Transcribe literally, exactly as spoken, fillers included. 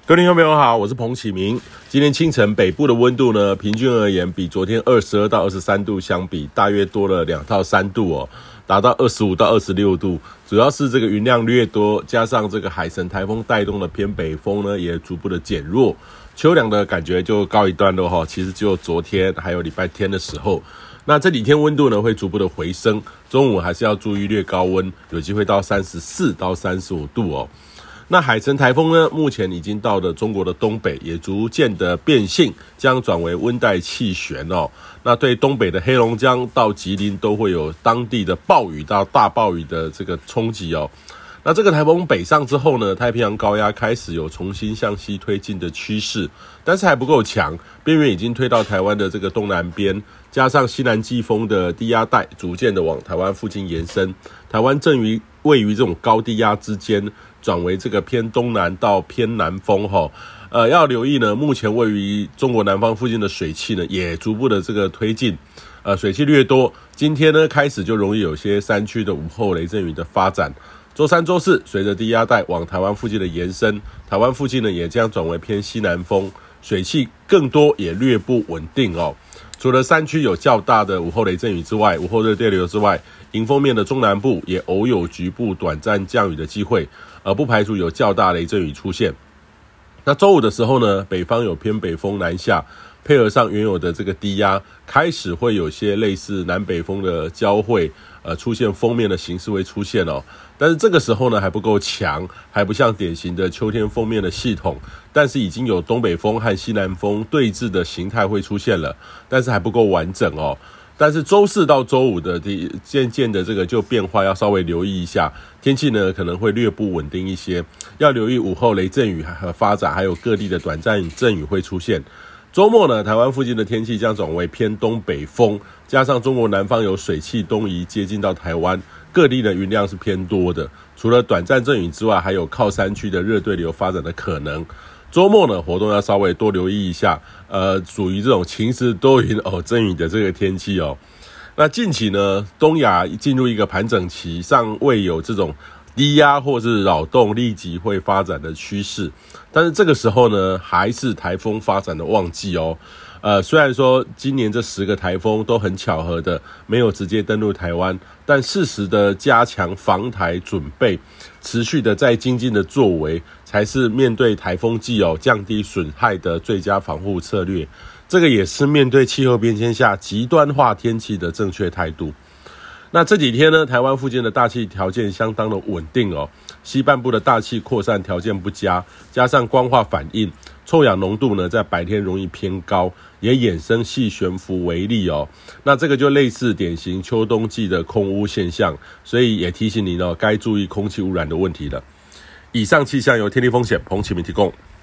各位听众朋友好，我是彭启明。今天清晨北部的温度呢，平均而言比昨天二十二到二十三度相比，大约多了两到三度哦，达到二十五到二十六度。主要是这个云量略多，加上这个海神台风带动的偏北风呢，也逐步的减弱，秋凉的感觉就告一段落哈。其实只有昨天还有礼拜天的时候，那这几天温度呢会逐步的回升，中午还是要注意略高温，有机会到三十四到三十五度哦。那海神台风呢，目前已经到了中国的东北，也逐渐的变性，将转为温带气旋哦。那对东北的黑龙江到吉林都会有当地的暴雨到大暴雨的这个冲击哦。那这个台风北上之后呢，太平洋高压开始有重新向西推进的趋势，但是还不够强，边缘已经推到台湾的这个东南边，加上西南季风的低压带逐渐的往台湾附近延伸，台湾正于位于这种高低压之间，转为这个偏东南到偏南风哈。呃，要留意呢，目前位于中国南方附近的水汽呢，也逐步的这个推进，呃，水汽略多，今天呢开始就容易有些山区的午后雷阵雨的发展。周三、周四，随着低压带往台湾附近的延伸，台湾附近呢也将转为偏西南风，水汽更多也略不稳定哦。除了山区有较大的午后雷阵雨之外，午后热对流之外，迎风面的中南部也偶有局部短暂降雨的机会，而不排除有较大雷阵雨出现。那周五的时候呢，北方有偏北风南下，配合上原有的这个低压，开始会有些类似南北风的交汇，呃，出现锋面的形式会出现哦。但是这个时候呢还不够强，还不像典型的秋天锋面的系统，但是已经有东北风和西南风对峙的形态会出现了，但是还不够完整哦。但是周四到周五的渐渐的这个就变化要稍微留意一下，天气呢可能会略不稳定一些，要留意午后雷阵雨和发展，还有各地的短暂阵雨会出现。周末呢，台湾附近的天气将转为偏东北风，加上中国南方有水汽东移接近到台湾，各地的云量是偏多的，除了短暂阵雨之外，还有靠山区的热对流发展的可能。周末呢，活动要稍微多留意一下，呃，属于这种晴时多云偶阵雨的这个天气哦。那近期呢，东亚进入一个盘整期，尚未有这种低压或是扰动立即会发展的趋势，但是这个时候呢，还是台风发展的旺季哦。呃，虽然说今年这十个台风都很巧合的没有直接登陆台湾，但适时的加强防台准备，持续的在精进的作为，才是面对台风季哦降低损害的最佳防护策略。这个也是面对气候变迁下极端化天气的正确态度。那这几天呢，台湾附近的大气条件相当的稳定哦，西半部的大气扩散条件不佳，加上光化反应，臭氧浓度呢在白天容易偏高，也衍生细悬浮微粒哦。那这个就类似典型秋冬季的空污现象，所以也提醒您哦，该注意空气污染的问题了。以上气象由天气风险彭启明提供。